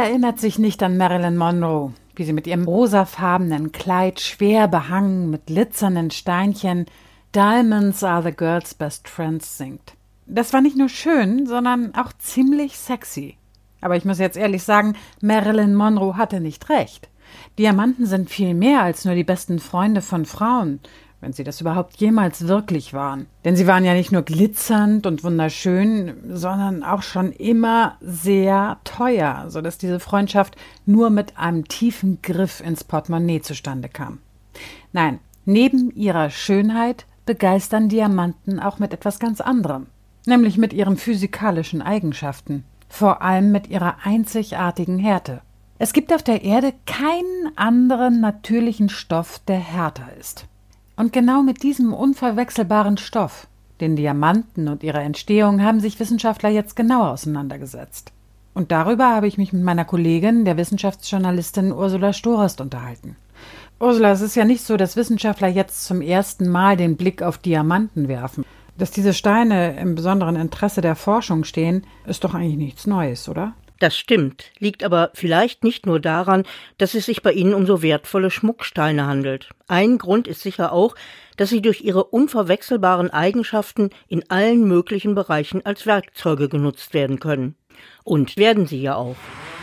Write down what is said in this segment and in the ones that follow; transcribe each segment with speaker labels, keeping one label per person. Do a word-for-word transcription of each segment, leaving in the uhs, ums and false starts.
Speaker 1: erinnert sich nicht an Marilyn Monroe, wie sie mit ihrem rosafarbenen Kleid, schwer behangen mit glitzernden Steinchen, Diamonds are the girl's best friends singt. Das war nicht nur schön, sondern auch ziemlich sexy. Aber ich muss jetzt ehrlich sagen, Marilyn Monroe hatte nicht recht. Diamanten sind viel mehr als nur die besten Freunde von Frauen, wenn sie das überhaupt jemals wirklich waren. Denn sie waren ja nicht nur glitzernd und wunderschön, sondern auch schon immer sehr teuer, sodass diese Freundschaft nur mit einem tiefen Griff ins Portemonnaie zustande kam. Nein, neben ihrer Schönheit begeistern Diamanten auch mit etwas ganz anderem, nämlich mit ihren physikalischen Eigenschaften, vor allem mit ihrer einzigartigen Härte. Es gibt auf der Erde keinen anderen natürlichen Stoff, der härter ist. Und genau mit diesem unverwechselbaren Stoff, den Diamanten und ihrer Entstehung, haben sich Wissenschaftler jetzt genauer auseinandergesetzt. Und darüber habe ich mich mit meiner Kollegin, der Wissenschaftsjournalistin Ursula Storest, unterhalten. Ursula, es ist ja nicht so, dass Wissenschaftler jetzt zum ersten Mal den Blick auf Diamanten werfen. Dass diese Steine im besonderen Interesse der Forschung stehen, ist doch eigentlich nichts Neues, oder?
Speaker 2: Das stimmt, liegt aber vielleicht nicht nur daran, dass es sich bei ihnen um so wertvolle Schmucksteine handelt. Ein Grund ist sicher auch, dass sie durch ihre unverwechselbaren Eigenschaften in allen möglichen Bereichen als Werkzeuge genutzt werden können. Und werden sie ja auch.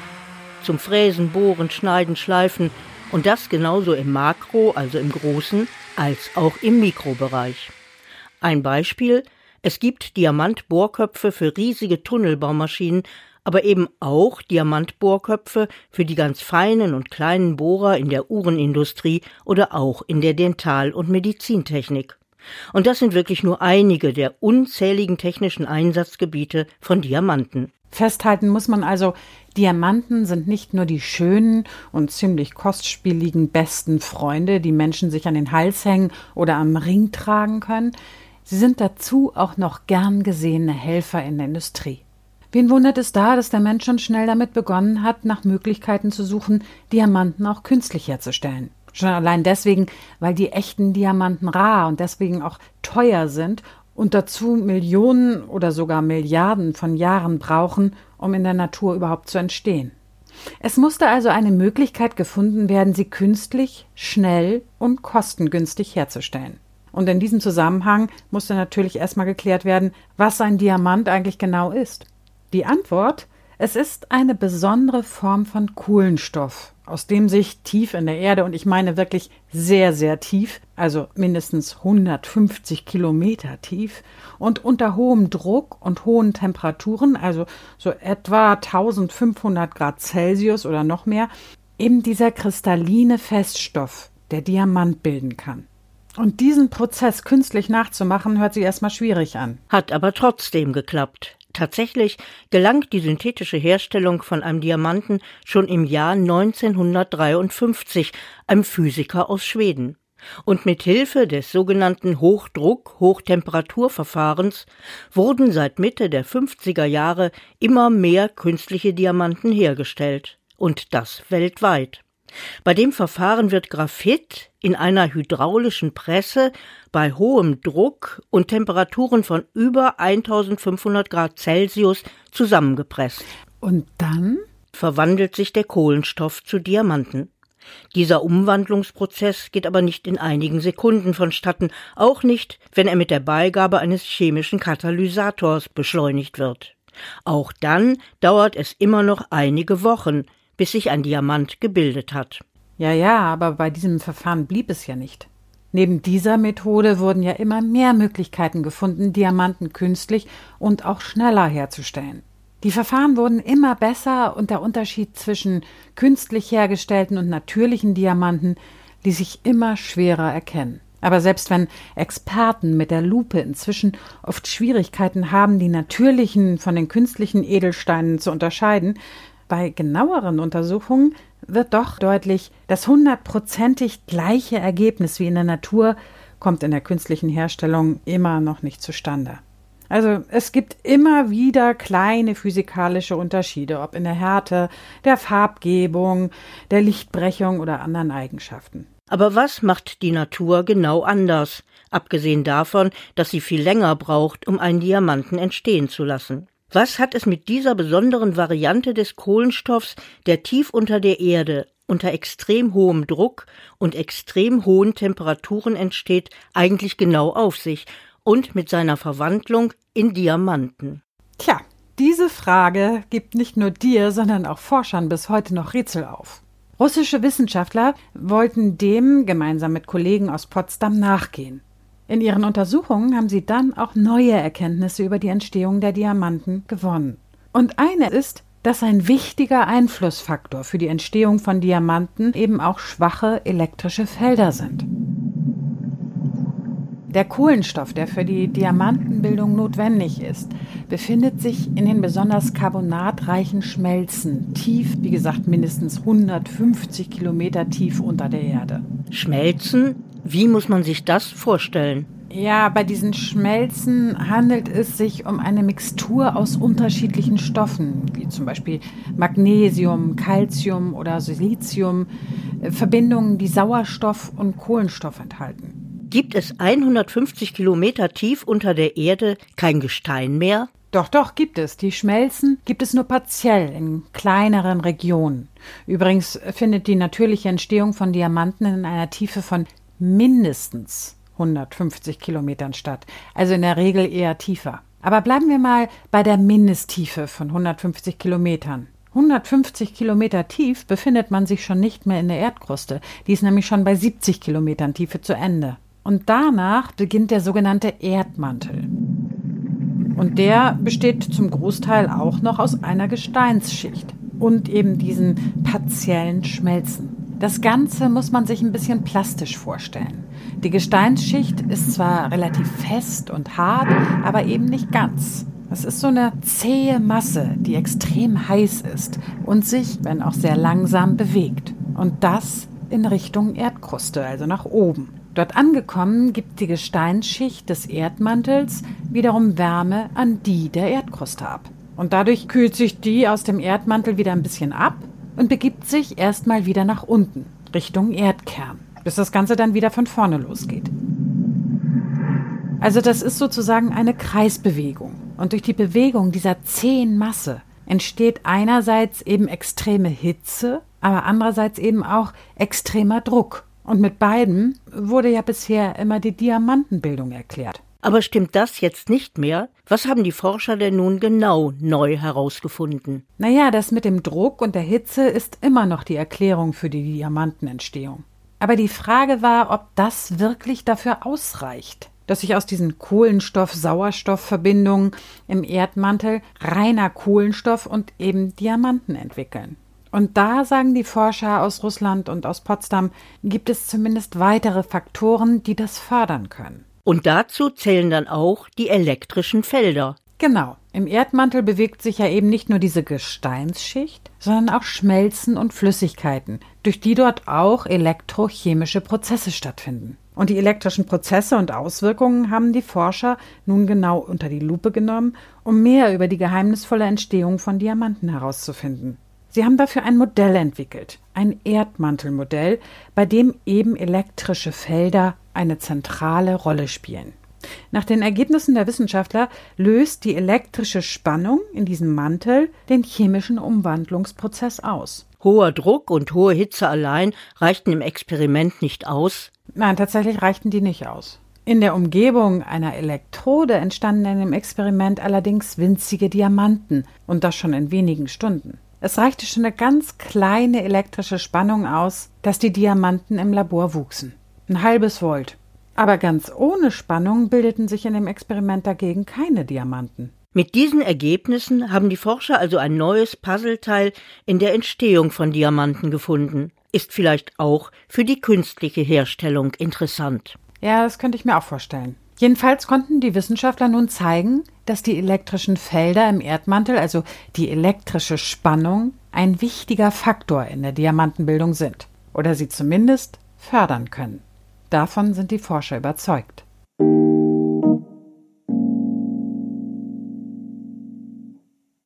Speaker 2: Zum Fräsen, Bohren, Schneiden, Schleifen und das genauso im Makro, also im Großen, als auch im Mikrobereich. Ein Beispiel: Es gibt Diamantbohrköpfe für riesige Tunnelbaumaschinen, aber eben auch Diamantbohrköpfe für die ganz feinen und kleinen Bohrer in der Uhrenindustrie oder auch in der Dental- und Medizintechnik. Und das sind wirklich nur einige der unzähligen technischen Einsatzgebiete von Diamanten.
Speaker 1: Festhalten muss man also, Diamanten sind nicht nur die schönen und ziemlich kostspieligen besten Freunde, die Menschen sich an den Hals hängen oder am Ring tragen können. Sie sind dazu auch noch gern gesehene Helfer in der Industrie. Wen wundert es da, dass der Mensch schon schnell damit begonnen hat, nach Möglichkeiten zu suchen, Diamanten auch künstlich herzustellen. Schon allein deswegen, weil die echten Diamanten rar und deswegen auch teuer sind und dazu Millionen oder sogar Milliarden von Jahren brauchen, um in der Natur überhaupt zu entstehen. Es musste also eine Möglichkeit gefunden werden, sie künstlich, schnell und kostengünstig herzustellen. Und in diesem Zusammenhang musste natürlich erstmal geklärt werden, was ein Diamant eigentlich genau ist. Die Antwort: Es ist eine besondere Form von Kohlenstoff, aus dem sich tief in der Erde, und ich meine wirklich sehr, sehr tief, also mindestens hundertfünfzig Kilometer tief und unter hohem Druck und hohen Temperaturen, also so etwa eintausendfünfhundert Grad Celsius oder noch mehr, eben dieser kristalline Feststoff, der Diamant bilden kann. Und diesen Prozess künstlich nachzumachen, hört sich erstmal schwierig an.
Speaker 2: Hat aber trotzdem geklappt. Tatsächlich gelangt die synthetische Herstellung von einem Diamanten schon im Jahr neunzehnhundertdreiundfünfzig einem Physiker aus Schweden. Und mit Hilfe des sogenannten Hochdruck-Hochtemperaturverfahrens wurden seit Mitte der fünfziger Jahre immer mehr künstliche Diamanten hergestellt. Und das weltweit. Bei dem Verfahren wird Graphit in einer hydraulischen Presse bei hohem Druck und Temperaturen von über eintausendfünfhundert Grad Celsius zusammengepresst.
Speaker 1: Und dann
Speaker 2: verwandelt sich der Kohlenstoff zu Diamanten. Dieser Umwandlungsprozess geht aber nicht in einigen Sekunden vonstatten, auch nicht, wenn er mit der Beigabe eines chemischen Katalysators beschleunigt wird. Auch dann dauert es immer noch einige Wochen, bis sich ein Diamant gebildet hat.
Speaker 1: Ja, ja, aber bei diesem Verfahren blieb es ja nicht. Neben dieser Methode wurden ja immer mehr Möglichkeiten gefunden, Diamanten künstlich und auch schneller herzustellen. Die Verfahren wurden immer besser und der Unterschied zwischen künstlich hergestellten und natürlichen Diamanten ließ sich immer schwerer erkennen. Aber selbst wenn Experten mit der Lupe inzwischen oft Schwierigkeiten haben, die natürlichen von den künstlichen Edelsteinen zu unterscheiden, bei genaueren Untersuchungen wird doch deutlich, das hundertprozentig gleiche Ergebnis wie in der Natur kommt in der künstlichen Herstellung immer noch nicht zustande. Also es gibt immer wieder kleine physikalische Unterschiede, ob in der Härte, der Farbgebung, der Lichtbrechung oder anderen Eigenschaften.
Speaker 2: Aber was macht die Natur genau anders, abgesehen davon, dass sie viel länger braucht, um einen Diamanten entstehen zu lassen? Was hat es mit dieser besonderen Variante des Kohlenstoffs, der tief unter der Erde, unter extrem hohem Druck und extrem hohen Temperaturen entsteht, eigentlich genau auf sich und mit seiner Verwandlung in Diamanten?
Speaker 1: Tja, diese Frage gibt nicht nur dir, sondern auch Forschern bis heute noch Rätsel auf. Russische Wissenschaftler wollten dem gemeinsam mit Kollegen aus Potsdam nachgehen. In ihren Untersuchungen haben sie dann auch neue Erkenntnisse über die Entstehung der Diamanten gewonnen. Und eine ist, dass ein wichtiger Einflussfaktor für die Entstehung von Diamanten eben auch schwache elektrische Felder sind. Der Kohlenstoff, der für die Diamantenbildung notwendig ist, befindet sich in den besonders carbonatreichen Schmelzen, tief, wie gesagt, mindestens hundertfünfzig Kilometer tief unter der Erde.
Speaker 2: Schmelzen? Wie muss man sich das vorstellen?
Speaker 1: Ja, bei diesen Schmelzen handelt es sich um eine Mixtur aus unterschiedlichen Stoffen, wie zum Beispiel Magnesium, Calcium oder Silizium, Verbindungen, die Sauerstoff und Kohlenstoff enthalten.
Speaker 2: Gibt es hundertfünfzig Kilometer tief unter der Erde kein Gestein mehr?
Speaker 1: Doch, doch, gibt es. Die Schmelzen gibt es nur partiell in kleineren Regionen. Übrigens findet die natürliche Entstehung von Diamanten in einer Tiefe von mindestens hundertfünfzig Kilometern statt. Also in der Regel eher tiefer. Aber bleiben wir mal bei der Mindesttiefe von hundertfünfzig Kilometern. hundertfünfzig Kilometer tief befindet man sich schon nicht mehr in der Erdkruste. Die ist nämlich schon bei siebzig Kilometern Tiefe zu Ende. Und danach beginnt der sogenannte Erdmantel. Und der besteht zum Großteil auch noch aus einer Gesteinsschicht und eben diesen partiellen Schmelzen. Das Ganze muss man sich ein bisschen plastisch vorstellen. Die Gesteinsschicht ist zwar relativ fest und hart, aber eben nicht ganz. Es ist so eine zähe Masse, die extrem heiß ist und sich, wenn auch sehr langsam, bewegt. Und das in Richtung Erdkruste, also nach oben. Dort angekommen gibt die Gesteinsschicht des Erdmantels wiederum Wärme an die der Erdkruste ab. Und dadurch kühlt sich die aus dem Erdmantel wieder ein bisschen ab und begibt sich erstmal wieder nach unten, Richtung Erdkern, bis das Ganze dann wieder von vorne losgeht. Also das ist sozusagen eine Kreisbewegung. Und durch die Bewegung dieser zähen Masse entsteht einerseits eben extreme Hitze, aber andererseits eben auch extremer Druck. Und mit beiden wurde ja bisher immer die Diamantenbildung erklärt.
Speaker 2: Aber stimmt das jetzt nicht mehr? Was haben die Forscher denn nun genau neu herausgefunden?
Speaker 1: Naja, das mit dem Druck und der Hitze ist immer noch die Erklärung für die Diamantenentstehung. Aber die Frage war, ob das wirklich dafür ausreicht, dass sich aus diesen Kohlenstoff-Sauerstoff-Verbindungen im Erdmantel reiner Kohlenstoff und eben Diamanten entwickeln. Und da, sagen die Forscher aus Russland und aus Potsdam, gibt es zumindest weitere Faktoren, die das fördern können.
Speaker 2: Und dazu zählen dann auch die elektrischen Felder.
Speaker 1: Genau. Im Erdmantel bewegt sich ja eben nicht nur diese Gesteinsschicht, sondern auch Schmelzen und Flüssigkeiten, durch die dort auch elektrochemische Prozesse stattfinden. Und die elektrischen Prozesse und Auswirkungen haben die Forscher nun genau unter die Lupe genommen, um mehr über die geheimnisvolle Entstehung von Diamanten herauszufinden. Sie haben dafür ein Modell entwickelt, ein Erdmantelmodell, bei dem eben elektrische Felder eine zentrale Rolle spielen. Nach den Ergebnissen der Wissenschaftler löst die elektrische Spannung in diesem Mantel den chemischen Umwandlungsprozess aus.
Speaker 2: Hoher Druck und hohe Hitze allein reichten im Experiment nicht aus?
Speaker 1: Nein, tatsächlich reichten die nicht aus. In der Umgebung einer Elektrode entstanden in dem Experiment allerdings winzige Diamanten, und das schon in wenigen Stunden. Es reichte schon eine ganz kleine elektrische Spannung aus, dass die Diamanten im Labor wuchsen. Ein halbes Volt. Aber ganz ohne Spannung bildeten sich in dem Experiment dagegen keine Diamanten.
Speaker 2: Mit diesen Ergebnissen haben die Forscher also ein neues Puzzleteil in der Entstehung von Diamanten gefunden. Ist vielleicht auch für die künstliche Herstellung interessant.
Speaker 1: Ja, das könnte ich mir auch vorstellen. Jedenfalls konnten die Wissenschaftler nun zeigen, dass die elektrischen Felder im Erdmantel, also die elektrische Spannung, ein wichtiger Faktor in der Diamantenbildung sind. Oder sie zumindest fördern können. Davon sind die Forscher überzeugt.